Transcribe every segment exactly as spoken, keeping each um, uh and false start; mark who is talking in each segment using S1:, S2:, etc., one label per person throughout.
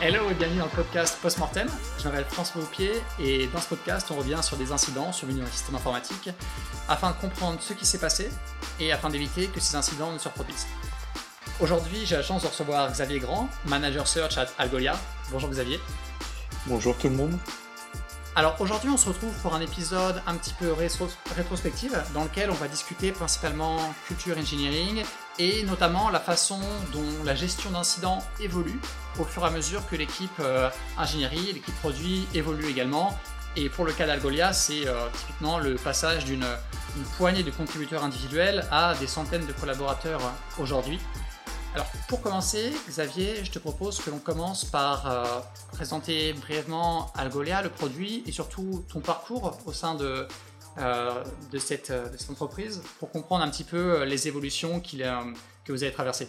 S1: Hello et bienvenue dans le podcast Postmortem. Je m'appelle François Aupier et dans ce podcast, on revient sur des incidents survenus dans les systèmes informatiques afin de comprendre ce qui s'est passé et afin d'éviter que ces incidents ne se reproduisent. Aujourd'hui, j'ai la chance de recevoir Xavier Grand, Manager Search à Algolia. Bonjour Xavier.
S2: Bonjour tout le monde.
S1: Alors aujourd'hui, on se retrouve pour un épisode un petit peu rétro- rétrospectif dans lequel on va discuter principalement culture engineering et notamment la façon dont la gestion d'incidents évolue au fur et à mesure que l'équipe euh, ingénierie, l'équipe produit évolue également. Et pour le cas d'Algolia, c'est euh, typiquement le passage d'une une poignée de contributeurs individuels à des centaines de collaborateurs euh, aujourd'hui. Alors pour commencer, Xavier, je te propose que l'on commence par euh, présenter brièvement Algolia, le produit, et surtout ton parcours au sein de, euh, de, cette, de cette entreprise, pour comprendre un petit peu les évolutions qu'il, euh, que vous avez traversées.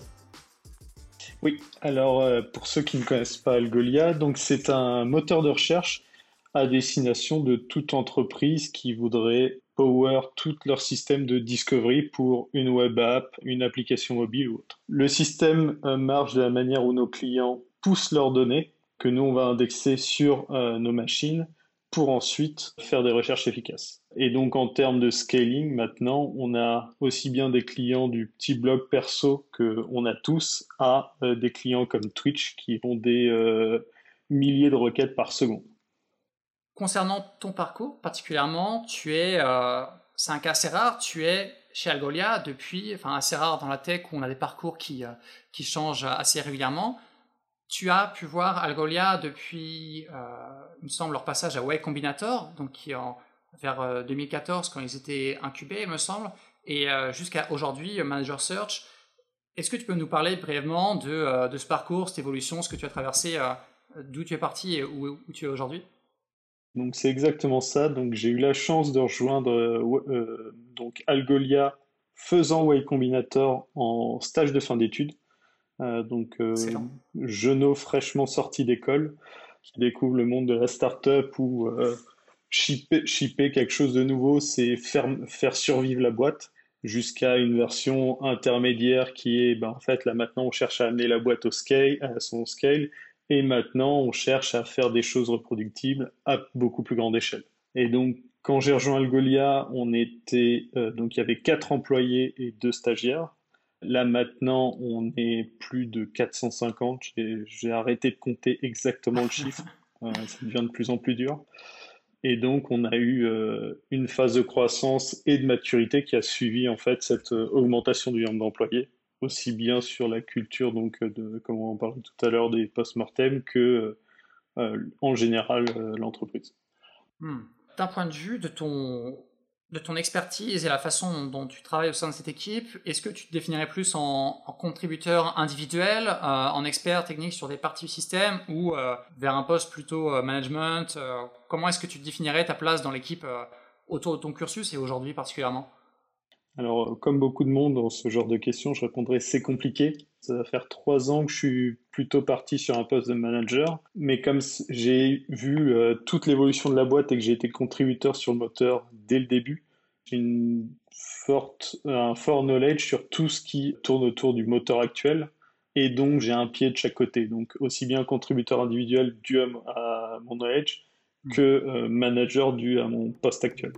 S2: Oui, alors euh, pour ceux qui ne connaissent pas Algolia, donc c'est un moteur de recherche à destination de toute entreprise qui voudrait power tout leur système de discovery pour une web app, une application mobile ou autre. Le système euh, marche de la manière où nos clients poussent leurs données, que nous on va indexer sur euh, nos machines pour ensuite faire des recherches efficaces. Et donc en termes de scaling, maintenant, on a aussi bien des clients du petit blog perso qu'on a tous à euh, des clients comme Twitch qui ont des euh, milliers de requêtes par seconde.
S1: Concernant ton parcours particulièrement, tu es, euh, c'est un cas assez rare, tu es chez Algolia depuis, enfin assez rare dans la tech où on a des parcours qui, euh, qui changent assez régulièrement. Tu as pu voir Algolia depuis, euh, il me semble, leur passage à Y Combinator, donc qui en, vers euh, deux mille quatorze quand ils étaient incubés, il me semble, et euh, jusqu'à aujourd'hui, Manager Search. Est-ce que tu peux nous parler brièvement de, euh, de ce parcours, cette évolution, ce que tu as traversé, euh, d'où tu es parti et où, où tu es aujourd'hui?
S2: Donc c'est exactement ça. Donc j'ai eu la chance de rejoindre euh, euh, donc Algolia faisant Y Combinator en stage de fin d'études. Euh, donc euh,
S1: Excellent.
S2: jeuneau fraîchement sorti d'école qui découvre le monde de la startup où euh, shipper, shipper quelque chose de nouveau, c'est faire, faire survivre la boîte jusqu'à une version intermédiaire qui est, ben, en fait, là maintenant, on cherche à amener la boîte au scale, à son scale, et maintenant, on cherche à faire des choses reproductibles à beaucoup plus grande échelle. Et donc, quand j'ai rejoint Algolia, on était, euh, donc il y avait quatre employés et deux stagiaires. Là maintenant, on est plus de quatre cent cinquante. J'ai, j'ai arrêté de compter exactement le chiffre. Euh, ça devient de plus en plus dur. Et donc, on a eu euh, une phase de croissance et de maturité qui a suivi en fait cette euh, augmentation du nombre d'employés, aussi bien sur la culture, donc euh, de, comme on en parlait tout à l'heure, des post-mortem, que euh, en général euh, l'entreprise.
S1: Hmm. D'un point de vue de ton, de ton expertise et la façon dont tu travailles au sein de cette équipe, est-ce que tu te définirais plus en, en contributeur individuel, euh, en expert technique sur des parties du système ou euh, vers un poste plutôt euh, management euh, Comment est-ce que tu te définirais ta place dans l'équipe euh, autour de ton cursus et aujourd'hui particulièrement?
S2: Alors, euh, comme beaucoup de monde dans ce genre de questions, je répondrai c'est compliqué. Ça va faire trois ans que je suis plutôt parti sur un poste de manager, mais comme c- j'ai vu euh, toute l'évolution de la boîte et que j'ai été contributeur sur le moteur dès le début, j'ai une forte, un fort knowledge sur tout ce qui tourne autour du moteur actuel, et donc j'ai un pied de chaque côté. Donc aussi bien contributeur individuel dû à, m- à mon knowledge
S1: Hmm.
S2: que euh, manager dû à mon poste actuel.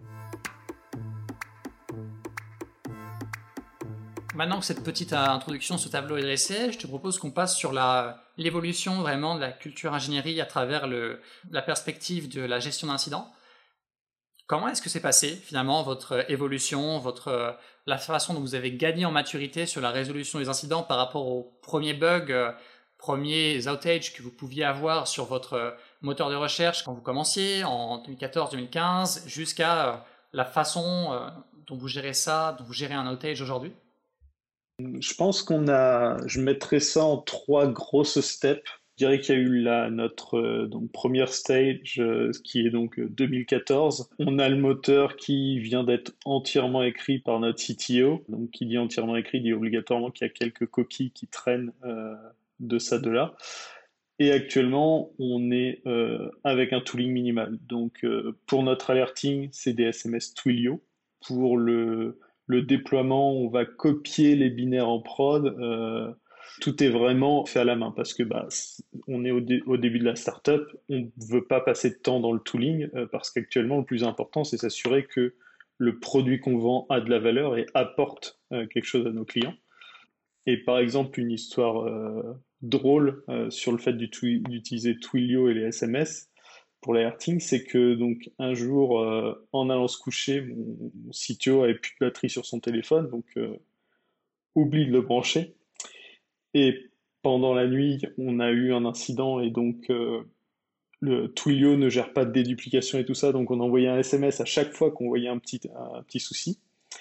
S1: Maintenant que cette petite euh, introduction, ce tableau est dressé, je te propose qu'on passe sur la, l'évolution vraiment de la culture ingénierie à travers le, la perspective de la gestion d'incidents. Comment est-ce que c'est passé finalement votre évolution, votre, la façon dont vous avez gagné en maturité sur la résolution des incidents par rapport aux premiers bugs, euh, premiers outages que vous pouviez avoir sur votre euh, moteur de recherche quand vous commenciez en deux mille quatorze deux mille quinze jusqu'à euh, la façon euh, dont vous gérez ça, dont vous gérez un outage aujourd'hui?
S2: Je pense qu'on a, je mettrais ça en trois grosses steps. Je dirais qu'il y a eu la, notre euh, donc, première stage, euh, qui est donc euh, deux mille quatorze. On a le moteur qui vient d'être entièrement écrit par notre C T O. Donc, qui dit entièrement écrit, dit obligatoirement qu'il y a quelques coquilles qui traînent euh, de ça, de là. Et actuellement, on est euh, avec un tooling minimal. Donc, euh, pour notre alerting, c'est des S M S Twilio. Pour le, le déploiement, on va copier les binaires en prod. Euh, Tout est vraiment fait à la main parce que bah, on est au, dé- au début de la startup, on ne veut pas passer de temps dans le tooling euh, parce qu'actuellement, le plus important, c'est s'assurer que le produit qu'on vend a de la valeur et apporte euh, quelque chose à nos clients. Et par exemple, une histoire euh, drôle euh, sur le fait d'utu- d'utiliser Twilio et les S M S pour l'alerting, c'est que donc un jour, euh, en allant se coucher, mon, mon C T O avait plus de batterie sur son téléphone, donc euh, oublie de le brancher. Et pendant la nuit, on a eu un incident et donc euh, le Twilio ne gère pas de déduplication et tout ça, donc on envoyait un S M S à chaque fois qu'on voyait un petit, un petit souci.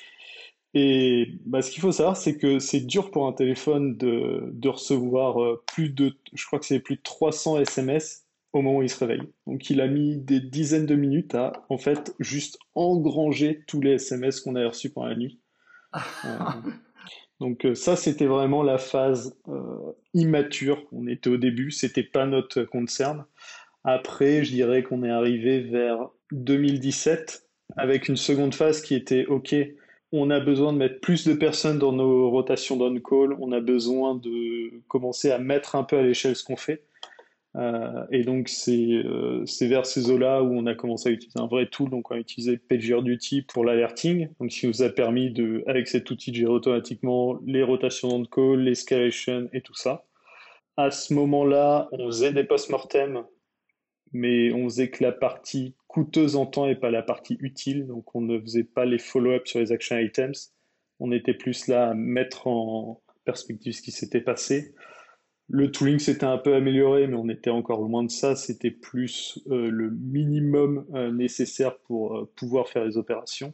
S2: Et bah, ce qu'il faut savoir, c'est que c'est dur pour un téléphone de, de recevoir euh, plus de, je crois que c'est plus de trois cents S M S au moment où il se réveille. Donc il a mis des dizaines de minutes à, en fait, juste engranger tous les S M S qu'on avait reçus pendant la nuit. Euh, donc euh, ça, c'était vraiment la phase euh, immature. On était au début, c'était pas notre concern. Après, je dirais qu'on est arrivé vers deux mille dix-sept avec une seconde phase qui était OK, on a besoin de mettre plus de personnes dans nos rotations d'on-call, on a besoin de commencer à mettre un peu à l'échelle ce qu'on fait. Euh, et donc, c'est euh, c'est vers ces eaux-là où on a commencé à utiliser un vrai tool. Donc, on a utilisé PagerDuty pour l'alerting, donc ce qui nous a permis, de, avec cet outil, de gérer automatiquement les rotations d'on-call, l'escalation et tout ça. À ce moment-là, on faisait des post-mortem, mais on faisait que la partie coûteuse en temps et pas la partie utile. Donc, on ne faisait pas les follow-up sur les action items. On était plus là à mettre en perspective ce qui s'était passé. Le tooling s'était un peu amélioré, mais on était encore loin de ça. C'était plus euh, le minimum euh, nécessaire pour euh, pouvoir faire les opérations.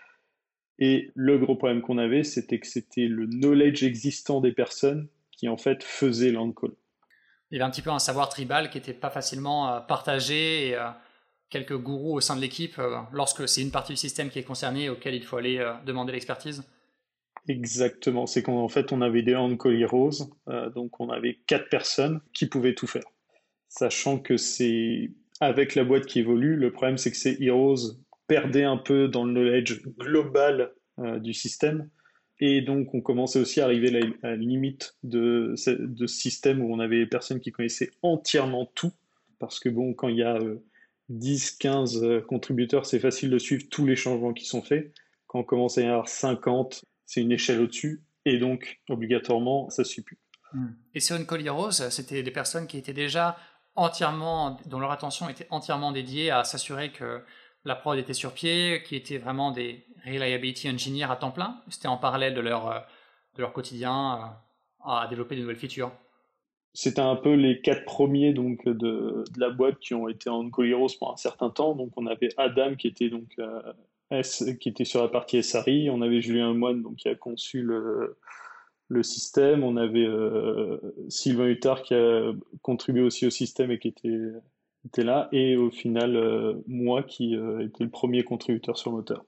S2: Et le gros problème qu'on avait, c'était que c'était le knowledge existant des personnes qui, en fait, faisaient l'on-call.
S1: Il y avait un petit peu un savoir tribal qui n'était pas facilement euh, partagé et euh, quelques gourous au sein de l'équipe euh, lorsque c'est une partie du système qui est concernée auquel il faut aller euh, demander l'expertise.
S2: Exactement, c'est qu'en fait on avait des on-call heroes, euh, donc on avait quatre personnes qui pouvaient tout faire. Sachant que c'est avec la boîte qui évolue, le problème c'est que ces heroes perdaient un peu dans le knowledge global euh, du système, et donc on commençait aussi à arriver à la, à la limite de, de ce système où on avait des personnes qui connaissaient entièrement tout, parce que bon, quand il y a euh, dix quinze contributeurs, c'est facile de suivre tous les changements qui sont faits. Quand on commence à y avoir cinquante, c'est une échelle au-dessus, et donc, obligatoirement, ça ne suffit plus.
S1: Et ces on-call heroes, c'était des personnes qui étaient déjà entièrement, dont leur attention était entièrement dédiée à s'assurer que la prod était sur pied, qui étaient vraiment des reliability engineers à temps plein. C'était en parallèle de leur, de leur quotidien à développer de nouvelles features.
S2: C'était un peu les quatre premiers donc, de, de la boîte qui ont été on-call heroes pendant un certain temps. Donc, on avait Adam qui était donc... Euh, S, qui était sur la partie S R I, on avait Julien Moine donc, qui a conçu le, le système, on avait euh, Sylvain Huttard qui a contribué aussi au système et qui était, était là, et au final euh, moi qui euh, était le premier contributeur sur le moteur.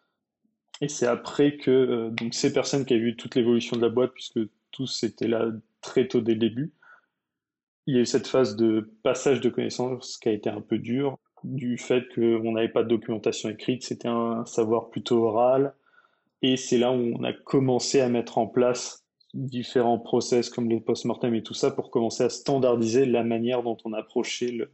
S2: Et c'est après que euh, donc ces personnes qui avaient vu toute l'évolution de la boîte, puisque tous étaient là très tôt dès le début, il y a eu cette phase de passage de connaissances qui a été un peu dure, du fait qu'on n'avait pas de documentation écrite, c'était un savoir plutôt oral, et c'est là où on a commencé à mettre en place différents process comme les post-mortem et tout ça pour commencer à standardiser la manière dont on approchait le,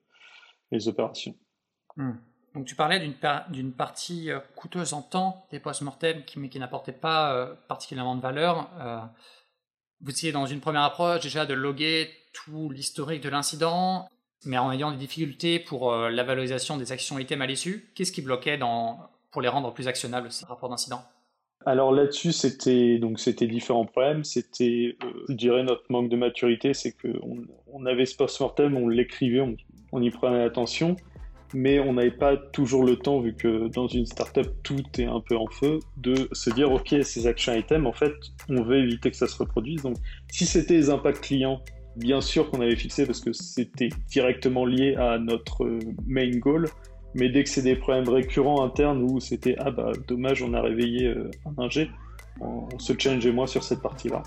S2: les opérations.
S1: Mmh. Donc tu parlais d'une, par- d'une partie euh, coûteuse en temps des post-mortem qui, mais qui n'apportait pas euh, particulièrement de valeur. Euh, vous étiez dans une première approche déjà de loguer tout l'historique de l'incident, mais en ayant des difficultés pour euh, la valorisation des actions items à l'issue. Qu'est-ce qui bloquait dans, pour les rendre plus actionnables, ces rapports d'incident?
S2: Alors là-dessus, c'était donc c'était différents problèmes. C'était, euh, je dirais, notre manque de maturité, c'est qu'on on avait ce post-mortem, on l'écrivait, on, on y prenait attention, mais on n'avait pas toujours le temps, vu que dans une startup tout est un peu en feu, de se dire ok, ces action items, en fait, on veut éviter que ça se reproduise. Donc, si c'était les impacts clients, bien sûr qu'on avait fixé parce que c'était directement lié à notre main goal. Mais dès que c'est des problèmes récurrents internes où c'était ah bah dommage on a réveillé euh, un ingé, on, on se challengeait moins sur cette partie-là.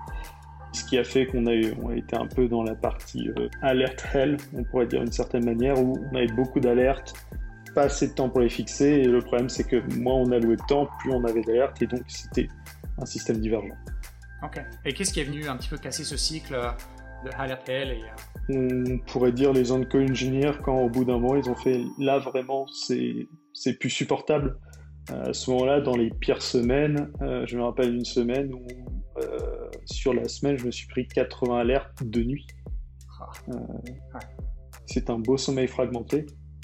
S2: Ce qui a fait qu'on a, eu, on a été un peu dans la partie euh, alerte hell, on pourrait dire d'une certaine manière, où on avait beaucoup d'alertes, pas assez de temps pour les fixer, et le problème c'est que moins on allouait de temps, plus on avait d'alertes, et donc c'était un système divergent.
S1: Ok. Et qu'est-ce qui est venu un petit peu casser ce cycle de alerte L et...
S2: On pourrait dire les on-call engineers quand au bout d'un moment ils ont fait là vraiment c'est c'est plus supportable. Euh, à ce moment-là, dans les pires semaines, euh, je me rappelle une semaine où euh, sur la semaine je me suis pris quatre-vingts alertes de nuit. Euh,
S1: Ouais.
S2: c'est un beau sommeil fragmenté.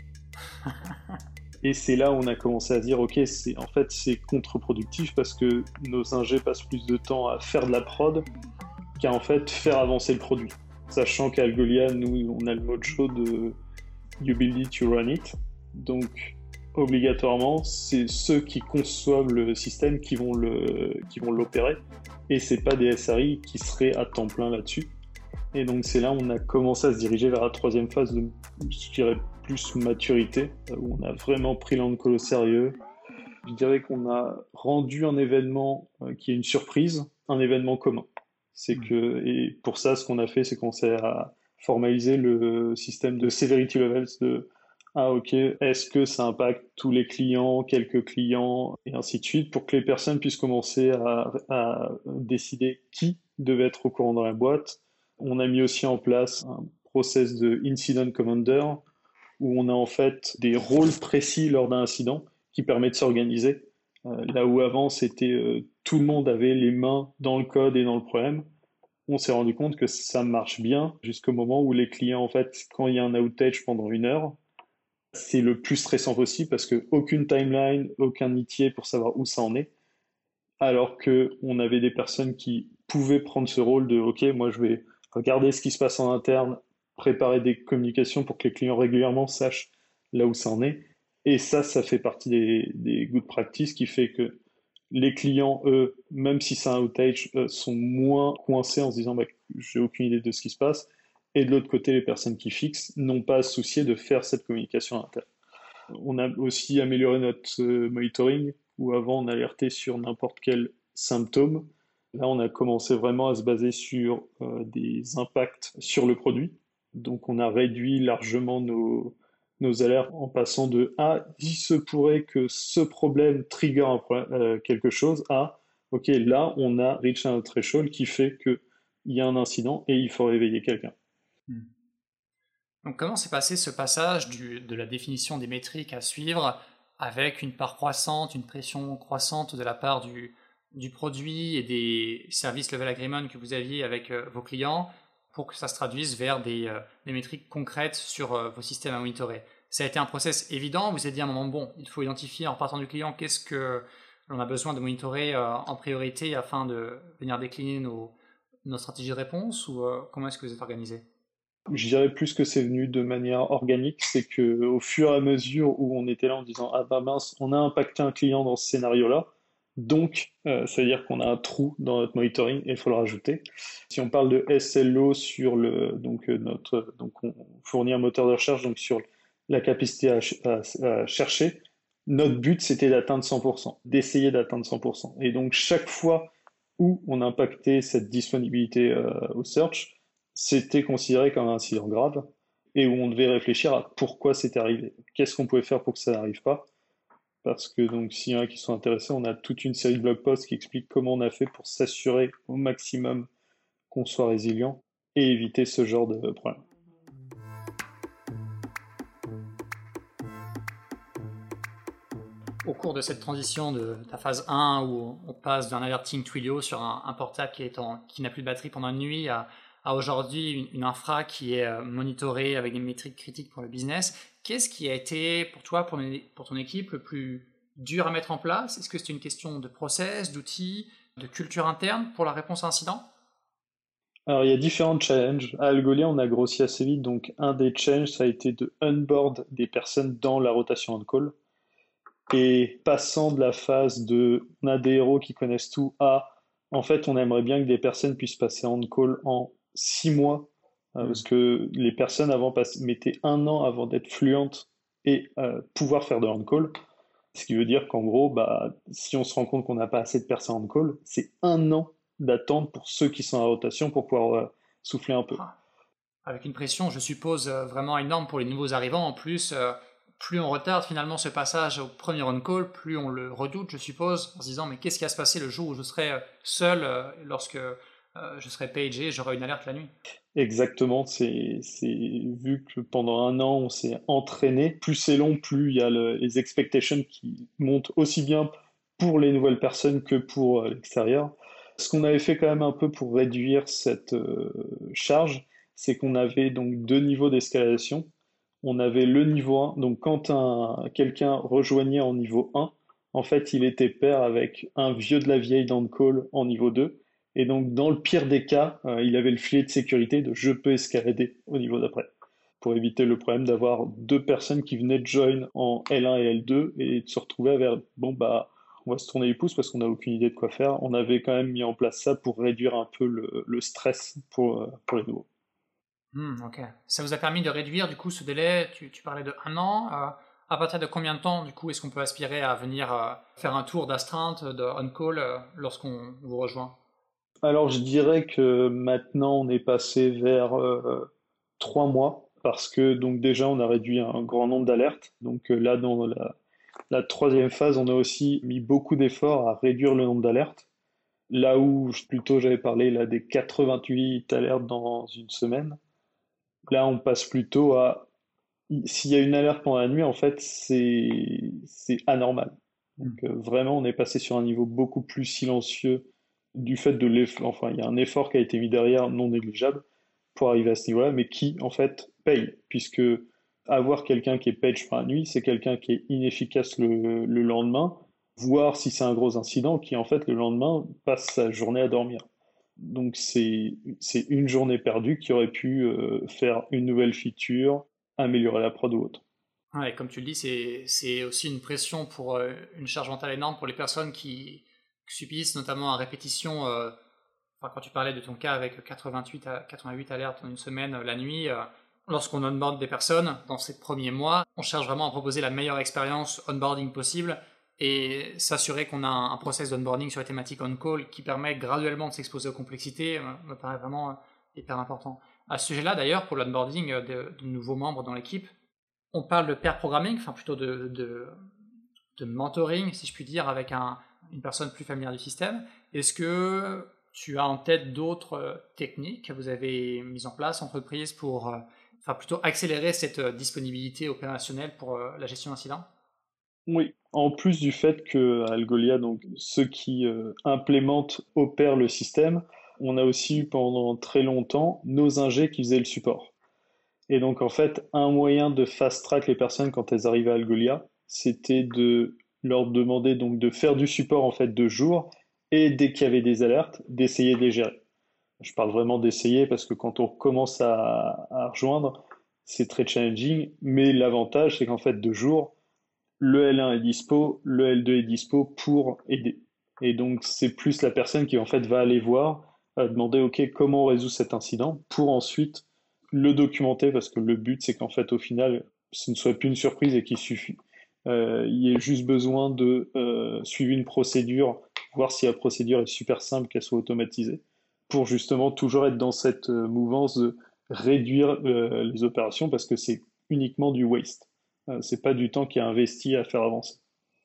S2: Et c'est là où on a commencé à dire ok, c'est en fait c'est contre-productif parce que nos ingés passent plus de temps à faire de la prod qu'à en fait faire avancer le produit. Sachant qu'à Algolia, nous, on a le mode chaud de you build it, you run it. Donc, obligatoirement, c'est ceux qui conçoivent le système qui vont le, qui vont l'opérer. Et c'est pas des S R I qui seraient à temps plein là-dessus. Et donc, c'est là où on a commencé à se diriger vers la troisième phase de, je dirais, plus maturité, où on a vraiment pris l'on-call au sérieux. Je dirais qu'on a rendu un événement qui est une surprise, un événement commun. C'est que, et pour ça, ce qu'on a fait, c'est qu'on s'est à formaliser le système de severity levels de ah ok, est-ce que ça impacte tous les clients, quelques clients, et ainsi de suite, pour que les personnes puissent commencer à, à décider qui devait être au courant dans la boîte. On a mis aussi en place un process de incident commander où on a en fait des rôles précis lors d'un incident qui permet de s'organiser. Euh, là où avant, c'était euh, tout le monde avait les mains dans le code et dans le problème. On s'est rendu compte que ça marche bien jusqu'au moment où les clients, en fait, quand il y a un outage pendant une heure, c'est le plus stressant possible parce que aucune timeline, aucun métier pour savoir où ça en est. Alors que on avait des personnes qui pouvaient prendre ce rôle de OK, moi je vais regarder ce qui se passe en interne, préparer des communications pour que les clients régulièrement sachent là où ça en est. Et ça, ça fait partie des, des good practices qui fait que les clients, eux, même si c'est un outage, euh, sont moins coincés en se disant bah, j'ai aucune idée de ce qui se passe. Et de l'autre côté, les personnes qui fixent n'ont pas à se soucier de faire cette communication interne. On a aussi amélioré notre euh, monitoring, où avant on alertait sur n'importe quel symptôme. Là, on a commencé vraiment à se baser sur euh, des impacts sur le produit. Donc, on a réduit largement nos, nos alertes en passant de ah, il se pourrait que ce problème trigger un problème, euh, quelque chose à ok, là, on a reach un threshold qui fait qu'il y a un incident et il faut réveiller quelqu'un.
S1: Hmm. Donc, comment s'est passé ce passage du, de la définition des métriques à suivre avec une part croissante, une pression croissante de la part du, du produit et des services level agreement que vous aviez avec euh, vos clients pour que ça se traduise vers des, euh, des métriques concrètes sur euh, vos systèmes à monitorer? Ça a été un process évident. Vous vous êtes dit à un moment, bon, il faut identifier en partant du client qu'est-ce que l'on a besoin de monitorer euh, en priorité afin de venir décliner nos, nos stratégies de réponse, ou euh, comment est-ce que vous êtes organisé?
S2: Je dirais plus que c'est venu de manière organique, c'est que au fur et à mesure où on était là en disant ah bah mince, on a impacté un client dans ce scénario-là, donc euh, ça veut dire qu'on a un trou dans notre monitoring et il faut le rajouter. Si on parle de S L O sur le donc euh, notre donc on fournit un moteur de recherche donc sur la capacité à, à, à chercher, notre but c'était d'atteindre cent pour cent, d'essayer d'atteindre cent pour cent. Et donc chaque fois où on impactait cette disponibilité euh, au search, c'était considéré comme un incident grave et où on devait réfléchir à pourquoi c'était arrivé. Qu'est-ce qu'on pouvait faire pour que ça n'arrive pas? Parce que donc, s'il y en a qui sont intéressés, on a toute une série de blog posts qui expliquent comment on a fait pour s'assurer au maximum qu'on soit résilient et éviter ce genre de problème.
S1: Au cours de cette transition de la phase un où on passe d'un alerting Twilio sur un, un portable qui, est en, qui n'a plus de batterie pendant une nuit à, à aujourd'hui une, une infra qui est monitorée avec des métriques critiques pour le business, qu'est-ce qui a été pour toi, pour, pour ton équipe, le plus dur à mettre en place? Est-ce que c'est une question de process, d'outils, de culture interne pour la réponse à incident?
S2: Alors, il y a différents challenges. À Algolia, on a grossi assez vite, donc un des challenges, ça a été de onboard des personnes dans la rotation on call. Et passant de la phase de on a des héros qui connaissent tout à en fait on aimerait bien que des personnes puissent passer on call en six mois euh, mmh. parce que les personnes avant pass- mettaient un an avant d'être fluentes et euh, pouvoir faire de on call, ce qui veut dire qu'en gros bah, si on se rend compte qu'on n'a pas assez de personnes on call, c'est un an d'attente pour ceux qui sont à rotation pour pouvoir euh, souffler un peu.
S1: Avec une pression, je suppose, vraiment énorme pour les nouveaux arrivants. En plus, euh, plus on retarde finalement ce passage au premier on-call, plus on le redoute, je suppose, en se disant mais qu'est-ce qui va se passer le jour où je serai seul euh, lorsque euh, je serai pagé, j'aurai une alerte la nuit.
S2: Exactement, c'est, c'est vu que pendant un an on s'est entraîné, plus c'est long, plus il y a le- les expectations qui montent aussi bien pour les nouvelles personnes que pour euh, l'extérieur. Ce qu'on avait fait quand même un peu pour réduire cette euh, charge, c'est qu'on avait donc deux niveaux d'escalation. On avait le niveau un, donc quand un, quelqu'un rejoignait en niveau un, en fait il était pair avec un vieux de la vieille dans le call en niveau deux. Et donc, dans le pire des cas, euh, il avait le filet de sécurité de je peux escalader au niveau d'après, pour éviter le problème d'avoir deux personnes qui venaient de join en L un et L deux et de se retrouver vers bon bah on va se tourner les pouces parce qu'on n'a aucune idée de quoi faire. On avait quand même mis en place ça pour réduire un peu le, le stress pour, euh, pour les nouveaux.
S1: Hmm, ok. Ça vous a permis de réduire du coup ce délai, tu, tu parlais de un an. Euh, à partir de combien de temps du coup est-ce qu'on peut aspirer à venir euh, faire un tour d'astreinte, de on-call euh, lorsqu'on vous rejoint?
S2: Alors je dirais que maintenant on est passé vers euh, trois mois parce que donc déjà on a réduit un grand nombre d'alertes. Donc euh, là dans la, la troisième phase, on a aussi mis beaucoup d'efforts à réduire le nombre d'alertes. Là où je- plutôt j'avais parlé là des quatre-vingt-huit alertes dans une semaine, là on passe plutôt à s'il y a une alerte pendant la nuit, en fait c'est c'est anormal. Donc
S1: Hmm.
S2: euh, vraiment on est passé sur un niveau beaucoup plus silencieux du fait de l'effort. Enfin il y a un effort qui a été mis derrière non négligeable pour arriver à ce niveau-là, mais qui en fait paye, puisque avoir quelqu'un qui est page par la nuit, c'est quelqu'un qui est inefficace le, le lendemain, voire si c'est un gros incident, qui en fait le lendemain passe sa journée à dormir. Donc c'est c'est une journée perdue qui aurait pu euh, faire une nouvelle feature, améliorer la prod ou autre.
S1: Ouais, comme tu le dis, c'est, c'est aussi une pression pour euh, une charge mentale énorme pour les personnes qui, qui subissent notamment à répétition. Euh, enfin, quand tu parlais de ton cas avec quatre-vingt-huit, à, quatre-vingt-huit alertes en une semaine euh, la nuit, euh, lorsqu'on onboard des personnes dans ces premiers mois, on cherche vraiment à proposer la meilleure expérience onboarding possible et s'assurer qu'on a un, un process d'onboarding sur les thématiques on-call qui permet graduellement de s'exposer aux complexités, euh, me paraît vraiment euh, hyper important. À ce sujet-là, d'ailleurs, pour l'onboarding euh, de, de nouveaux membres dans l'équipe, on parle de pair programming, enfin plutôt de, de, de mentoring, si je puis dire, avec un, une personne plus familière du système. Est-ce que tu as en tête d'autres euh, techniques que vous avez mises en place, entreprise, pour euh, enfin plutôt accélérer cette euh, disponibilité opérationnelle pour euh, la gestion d'incidents?
S2: Oui, en plus du fait que Algolia, donc ceux qui euh, implémentent, opèrent le système, on a aussi eu pendant très longtemps nos ingés qui faisaient le support. Et donc en fait, un moyen de fast-track les personnes quand elles arrivaient à Algolia, c'était de leur demander donc de faire du support en fait de jour et dès qu'il y avait des alertes, d'essayer de les gérer. Je parle vraiment d'essayer parce que quand on commence à, à rejoindre, c'est très challenging, mais l'avantage c'est qu'en fait de jour, le L un est dispo, le L deux est dispo pour aider. Et donc, c'est plus la personne qui en fait va aller voir, va demander, OK, comment on résout cet incident pour ensuite le documenter parce que le but, c'est qu'en fait, au final, ce ne soit plus une surprise et qu'il suffit. Euh, il y ait juste besoin de euh, suivre une procédure, voir si la procédure est super simple, qu'elle soit automatisée, pour justement toujours être dans cette euh, mouvance de réduire euh, les opérations parce que c'est uniquement du waste. Euh, c'est pas du temps qui est investi à faire avancer.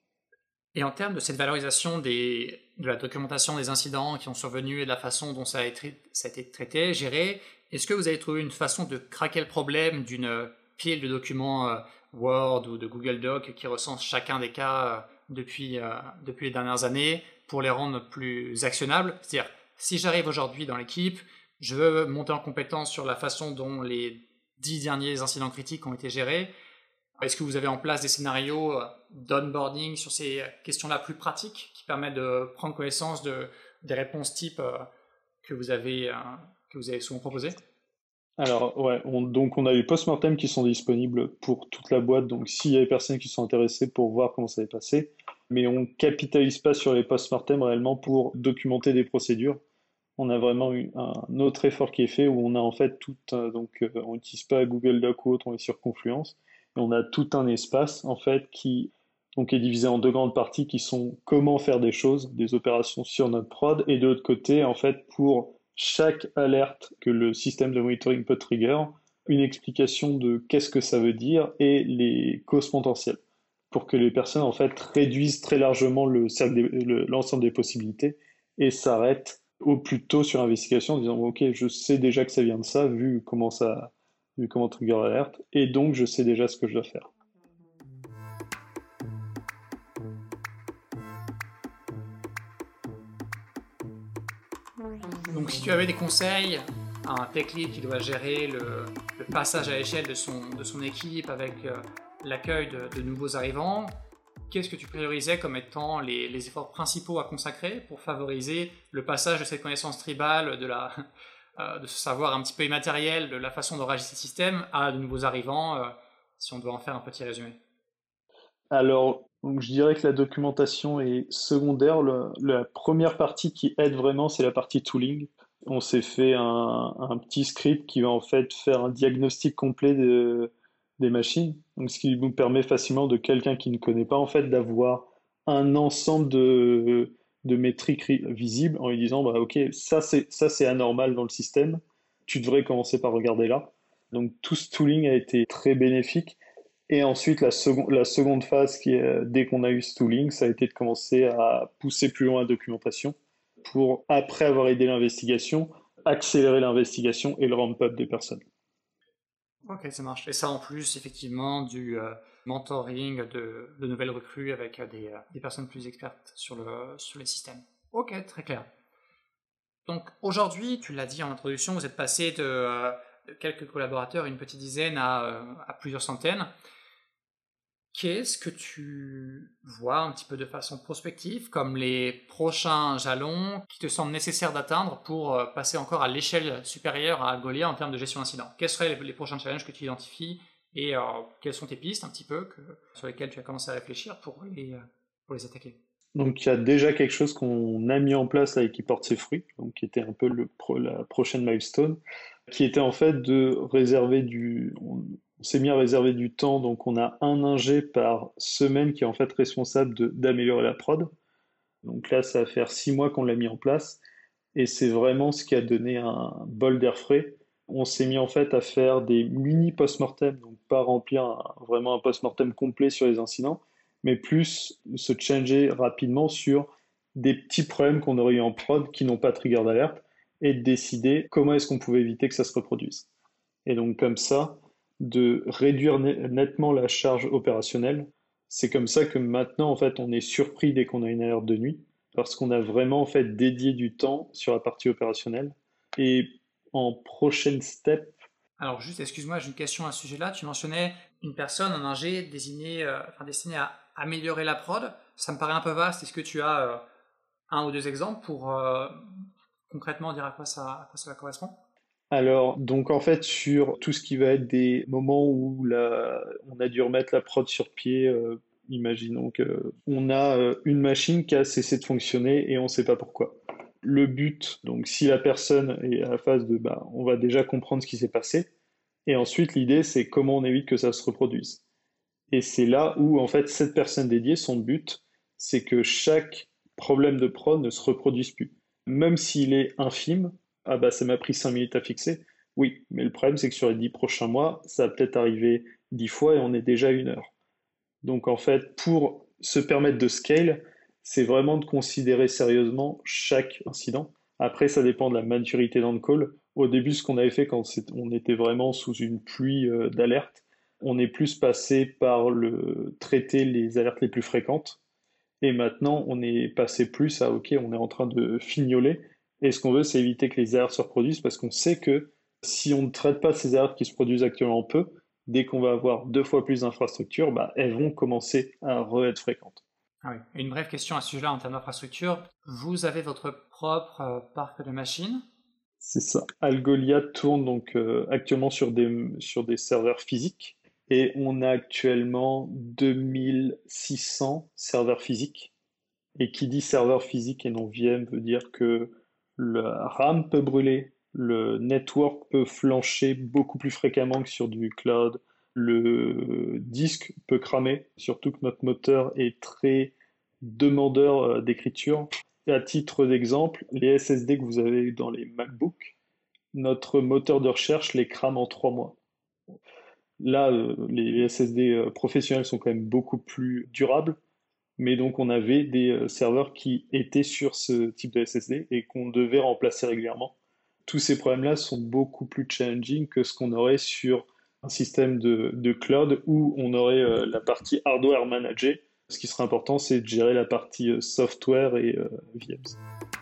S1: Et en termes de cette valorisation des, de la documentation des incidents qui ont survenu et de la façon dont ça a été, ça a été traité, géré, est-ce que vous avez trouvé une façon de craquer le problème d'une pile de documents euh, Word ou de Google Doc qui recense chacun des cas euh, depuis, euh, depuis les dernières années pour les rendre plus actionnables? C'est-à-dire, si j'arrive aujourd'hui dans l'équipe, je veux monter en compétence sur la façon dont les dix derniers incidents critiques ont été gérés. Est-ce que vous avez en place des scénarios euh, d'onboarding sur ces questions-là plus pratiques qui permettent de prendre connaissance de, des réponses types euh, que vous avez, euh, que vous avez souvent proposées?
S2: Alors, ouais, on- donc on a les post-mortem qui sont disponibles pour toute la boîte, donc s'il y a des personnes qui sont intéressées pour voir comment ça s'est passé, mais on capitalise pas sur les post-mortem réellement pour documenter des procédures. On a vraiment eu un autre effort qui est fait où on a en fait tout, un- donc euh, on n'utilise pas Google Doc ou autre, on est sur Confluence, et on a tout un espace en fait qui donc est divisé en deux grandes parties qui sont comment faire des choses, des opérations sur notre prod, et de l'autre côté en fait pour chaque alerte que le système de monitoring peut trigger, une explication de qu'est-ce que ça veut dire et les causes potentielles, pour que les personnes en fait réduisent très largement le cercle des- le- l'ensemble des possibilités et s'arrêtent au plus tôt sur l'investigation en disant ok, je sais déjà que ça vient de ça vu comment ça vu comment trigger l'alerte et donc je sais déjà ce que je dois faire.
S1: Donc si tu avais des conseils à un tech lead qui doit gérer le, le passage à l'échelle de son, de son équipe avec euh, l'accueil de, de nouveaux arrivants, qu'est-ce que tu prioriserais comme étant les, les efforts principaux à consacrer pour favoriser le passage de cette connaissance tribale, de, la, euh, de ce savoir un petit peu immatériel, de la façon dont réagissent ces systèmes, à de nouveaux arrivants, euh, si on doit en faire un petit résumé?
S2: Alors, donc, je dirais que la documentation est secondaire. Le- la première partie qui aide vraiment, c'est la partie tooling. On s'est fait un, un petit script qui va en fait faire un diagnostic complet de- des machines. Donc, ce qui nous permet facilement de quelqu'un qui ne connaît pas, en fait, d'avoir un ensemble de, de métriques ri- visibles en lui disant, bah, OK, ça c'est, ça c'est anormal dans le système. Tu devrais commencer par regarder là. Donc, tout ce tooling a été très bénéfique. Et ensuite, la seconde, la seconde phase, qui est, euh, dès qu'on a eu ce tooling, ça a été de commencer à pousser plus loin la documentation pour, après avoir aidé l'investigation, accélérer l'investigation et le ramp-up des personnes.
S1: Ok, ça marche. Et ça en plus, effectivement, du euh, mentoring de, de nouvelles recrues avec euh, des, euh, des personnes plus expertes sur, le, sur les systèmes. Ok, très clair. Donc aujourd'hui, tu l'as dit en introduction, vous êtes passé de, euh, de quelques collaborateurs, une petite dizaine, à, euh, à plusieurs centaines. Qu'est-ce que tu vois un petit peu de façon prospective comme les prochains jalons qui te semblent nécessaires d'atteindre pour euh, passer encore à l'échelle supérieure à Algolia en termes de gestion d'incidents? Quels seraient les, les prochains challenges que tu identifies et euh, quelles sont tes pistes un petit peu que, sur lesquelles tu as commencé à réfléchir pour les, euh, pour les attaquer?
S2: Donc, il y a déjà quelque chose qu'on a mis en place là, et qui porte ses fruits, donc qui était un peu le pro- la prochaine milestone, qui était en fait de réserver du... On, on s'est mis à réserver du temps, donc on a un ingé par semaine qui est en fait responsable de- d'améliorer la prod. Donc là, ça va faire six mois qu'on l'a mis en place. Et c'est vraiment ce qui a donné un bol d'air frais. On s'est mis en fait à faire des mini post-mortem, donc pas remplir un- vraiment un post-mortem complet sur les incidents, mais plus se changer rapidement sur des petits problèmes qu'on aurait eu en prod qui n'ont pas trigger d'alerte et de décider comment est-ce qu'on pouvait éviter que ça se reproduise. Et donc comme ça, de réduire nettement la charge opérationnelle. C'est comme ça que maintenant, en fait, on est surpris dès qu'on a une alerte de nuit, parce qu'on a vraiment, en fait, dédié du temps sur la partie opérationnelle. Et en prochaine step,
S1: Alors juste, excuse-moi, j'ai une question à ce sujet-là. Tu mentionnais une personne, un ingé désigné, euh, enfin, destiné à améliorer la prod. Ça me paraît un peu vaste. Est-ce que tu as euh, un ou deux exemples pour euh, concrètement dire à quoi ça, à quoi cela correspond?
S2: alors, donc en fait, sur tout ce qui va être des moments où la, on a dû remettre la prod sur pied, euh, imaginons que on a euh, une machine qui a cessé de fonctionner et on ne sait pas pourquoi. Le but, donc si la personne est à la phase de, bah, on va déjà comprendre ce qui s'est passé, et ensuite l'idée c'est comment on évite que ça se reproduise. Et c'est là où en fait cette personne dédiée, son but, c'est que chaque problème de prod ne se reproduise plus. Même s'il est infime, ah bah ça m'a pris cinq minutes à fixer. Oui, mais le problème c'est que sur les dix prochains mois, ça va peut-être arriver dix fois et on est déjà à une heure. Donc en fait, pour se permettre de scale, c'est vraiment de considérer sérieusement chaque incident. Après, ça dépend de la maturité dans le call. Au début, ce qu'on avait fait quand c'est- on était vraiment sous une pluie euh, d'alertes, on est plus passé par le traiter les alertes les plus fréquentes. Et maintenant, on est passé plus à OK, on est en train de fignoler. Et ce qu'on veut, c'est éviter que les alertes se reproduisent parce qu'on sait que si on ne traite pas ces alertes qui se produisent actuellement peu, dès qu'on va avoir deux fois plus d'infrastructures, bah, elles vont commencer à re-être fréquentes.
S1: Ah oui. Une brève question à ce sujet-là en termes d'infrastructure. Vous avez votre propre euh, parc de machines.
S2: C'est ça. Algolia tourne donc euh, actuellement sur des, sur des serveurs physiques et on a actuellement deux mille six cents serveurs physiques. Et qui dit serveur physique et non V M veut dire que le RAM peut brûler, le network peut flancher beaucoup plus fréquemment que sur du cloud, le disque peut cramer, surtout que notre moteur est très demandeur euh, d'écriture. Et à titre d'exemple, les S S D que vous avez dans les MacBooks, notre moteur de recherche les crame en trois mois. Là, euh, les, les S S D euh, professionnels sont quand même beaucoup plus durables, mais donc on avait des euh, serveurs qui étaient sur ce type de S S D et qu'on devait remplacer régulièrement. Tous ces problèmes-là sont beaucoup plus challenging que ce qu'on aurait sur un système de, de cloud où on aurait euh, la partie hardware managée. Ce qui serait important, c'est de gérer la partie euh, software et euh, V M.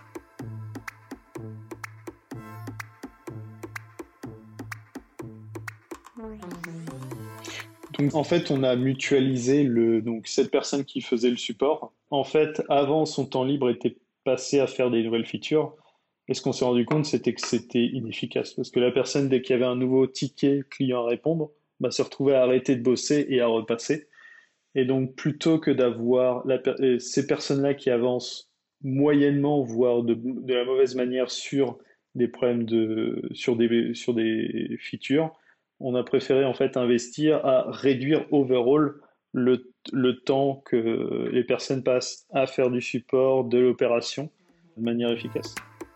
S2: Donc, en fait, on a mutualisé le, donc, cette personne qui faisait le support. En fait, avant, son temps libre était passé à faire des nouvelles features. Et ce qu'on s'est rendu compte, c'était que c'était inefficace. Parce que la personne, dès qu'il y avait un nouveau ticket client à répondre, bah, se retrouvait à arrêter de bosser et à repasser. Et donc, plutôt que d'avoir la, ces personnes-là qui avancent moyennement, voire de, de la mauvaise manière sur des problèmes de, sur des, sur des features, on a préféré en fait investir à réduire overall le, le temps que les personnes passent à faire du support, de l'opération, de manière efficace.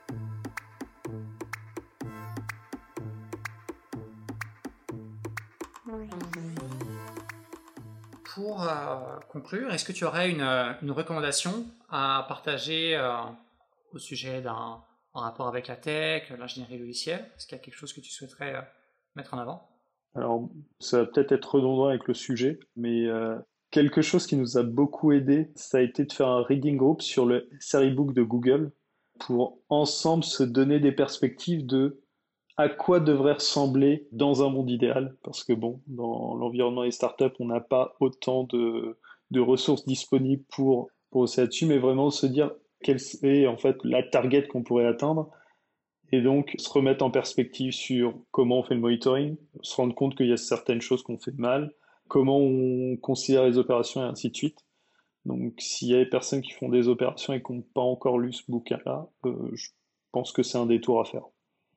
S1: Pour euh, conclure, est-ce que tu aurais une, une recommandation à partager euh, au sujet d'un rapport avec la tech, l'ingénierie logicielle? Est-ce qu'il y a quelque chose que tu souhaiterais euh, mettre en avant?
S2: Alors, ça va peut-être être redondant avec le sujet, mais euh, quelque chose qui nous a beaucoup aidé, ça a été de faire un reading group sur le Storybook de Google pour ensemble se donner des perspectives de à quoi devrait ressembler dans un monde idéal. Parce que bon, dans l'environnement des startups, on n'a pas autant de, de ressources disponibles pour, pour bosser là-dessus, mais vraiment se dire quelle est en fait la target qu'on pourrait atteindre. Et donc, se remettre en perspective sur comment on fait le monitoring, se rendre compte qu'il y a certaines choses qu'on fait mal, comment on considère les opérations et ainsi de suite. Donc, s'il y a des personnes qui font des opérations et qui n'ont pas encore lu ce bouquin-là, euh, je pense que c'est un détour à faire.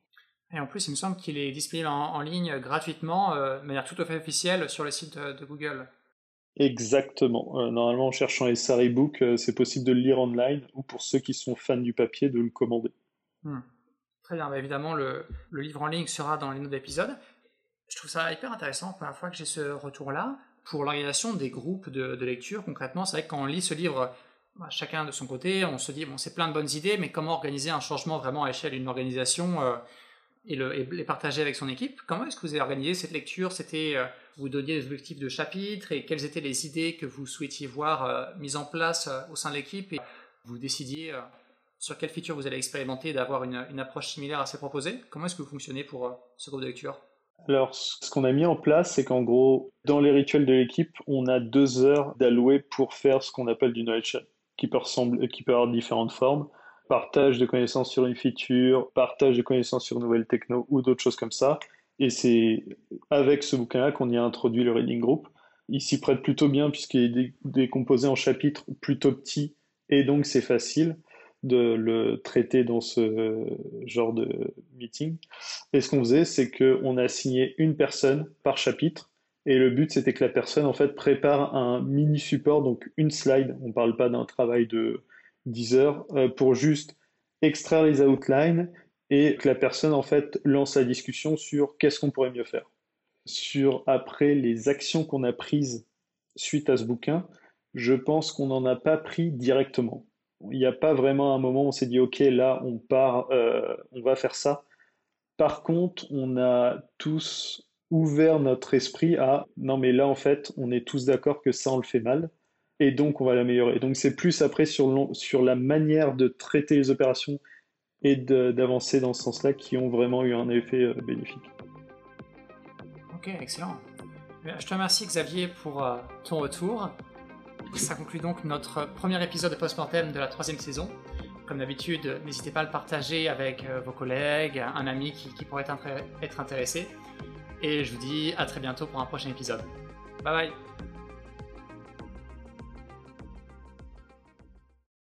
S1: Et en plus, il me semble qu'il est disponible en, en ligne gratuitement, euh, de manière tout à fait officielle, sur le site de, de Google.
S2: Exactement. Euh, normalement, en cherchant les Storybook, euh, c'est possible de le lire online ou pour ceux qui sont fans du papier, de le commander.
S1: Hmm. Très bien, bah évidemment, le, le livre en ligne sera dans les notes d'épisode. Je trouve ça hyper intéressant, la première fois que j'ai ce retour-là, pour l'organisation des groupes de, de lecture. Concrètement, c'est vrai que quand on lit ce livre, bah, chacun de son côté, on se dit, bon, c'est plein de bonnes idées, mais comment organiser un changement vraiment à l'échelle d'une organisation euh, et, le, et les partager avec son équipe? Comment est-ce que vous avez organisé cette lecture? C'était, euh, vous donniez des objectifs de chapitre, et quelles étaient les idées que vous souhaitiez voir euh, mises en place euh, au sein de l'équipe, et vous décidiez... Euh, sur quelle feature vous allez expérimenter d'avoir une, une approche similaire à ces proposées? Comment est-ce que vous fonctionnez pour euh, ce groupe de lecture?
S2: Alors, ce qu'on a mis en place, c'est qu'en gros, dans les rituels de l'équipe, on a deux heures d'allouer pour faire ce qu'on appelle du knowledge share, qui peut ressembler, qui peut avoir différentes formes. Partage de connaissances sur une feature, partage de connaissances sur une nouvelle techno ou d'autres choses comme ça. Et c'est avec ce bouquin-là qu'on y a introduit le reading group. Il s'y prête plutôt bien puisqu'il est décomposé en chapitres plutôt petits et donc c'est facile de le traiter dans ce genre de meeting. Et ce qu'on faisait, c'est qu'on a signé une personne par chapitre. Et le but, c'était que la personne, en fait, prépare un mini support, donc une slide. On ne parle pas d'un travail de dix heures, euh, pour juste extraire les outlines et que la personne, en fait, lance la discussion sur qu'est-ce qu'on pourrait mieux faire. Sur, après, les actions qu'on a prises suite à ce bouquin, je pense qu'on n'en a pas pris directement. Il n'y a pas vraiment un moment où on s'est dit, OK, là, on part, euh, on va faire ça. Par contre, on a tous ouvert notre esprit à, non, mais là, en fait, on est tous d'accord que ça, on le fait mal. Et donc, on va l'améliorer. Donc, c'est plus après sur, sur la manière de traiter les opérations et d'avancer dans ce sens-là qui ont vraiment eu un effet euh, bénéfique.
S1: Ok, excellent. Je te remercie, Xavier, pour euh, ton retour. Ça conclut donc notre premier épisode de Postmortem de la troisième saison. Comme d'habitude, n'hésitez pas à le partager avec vos collègues, un ami qui, qui pourrait être intéressé. Et je vous dis à très bientôt pour un prochain épisode. Bye bye!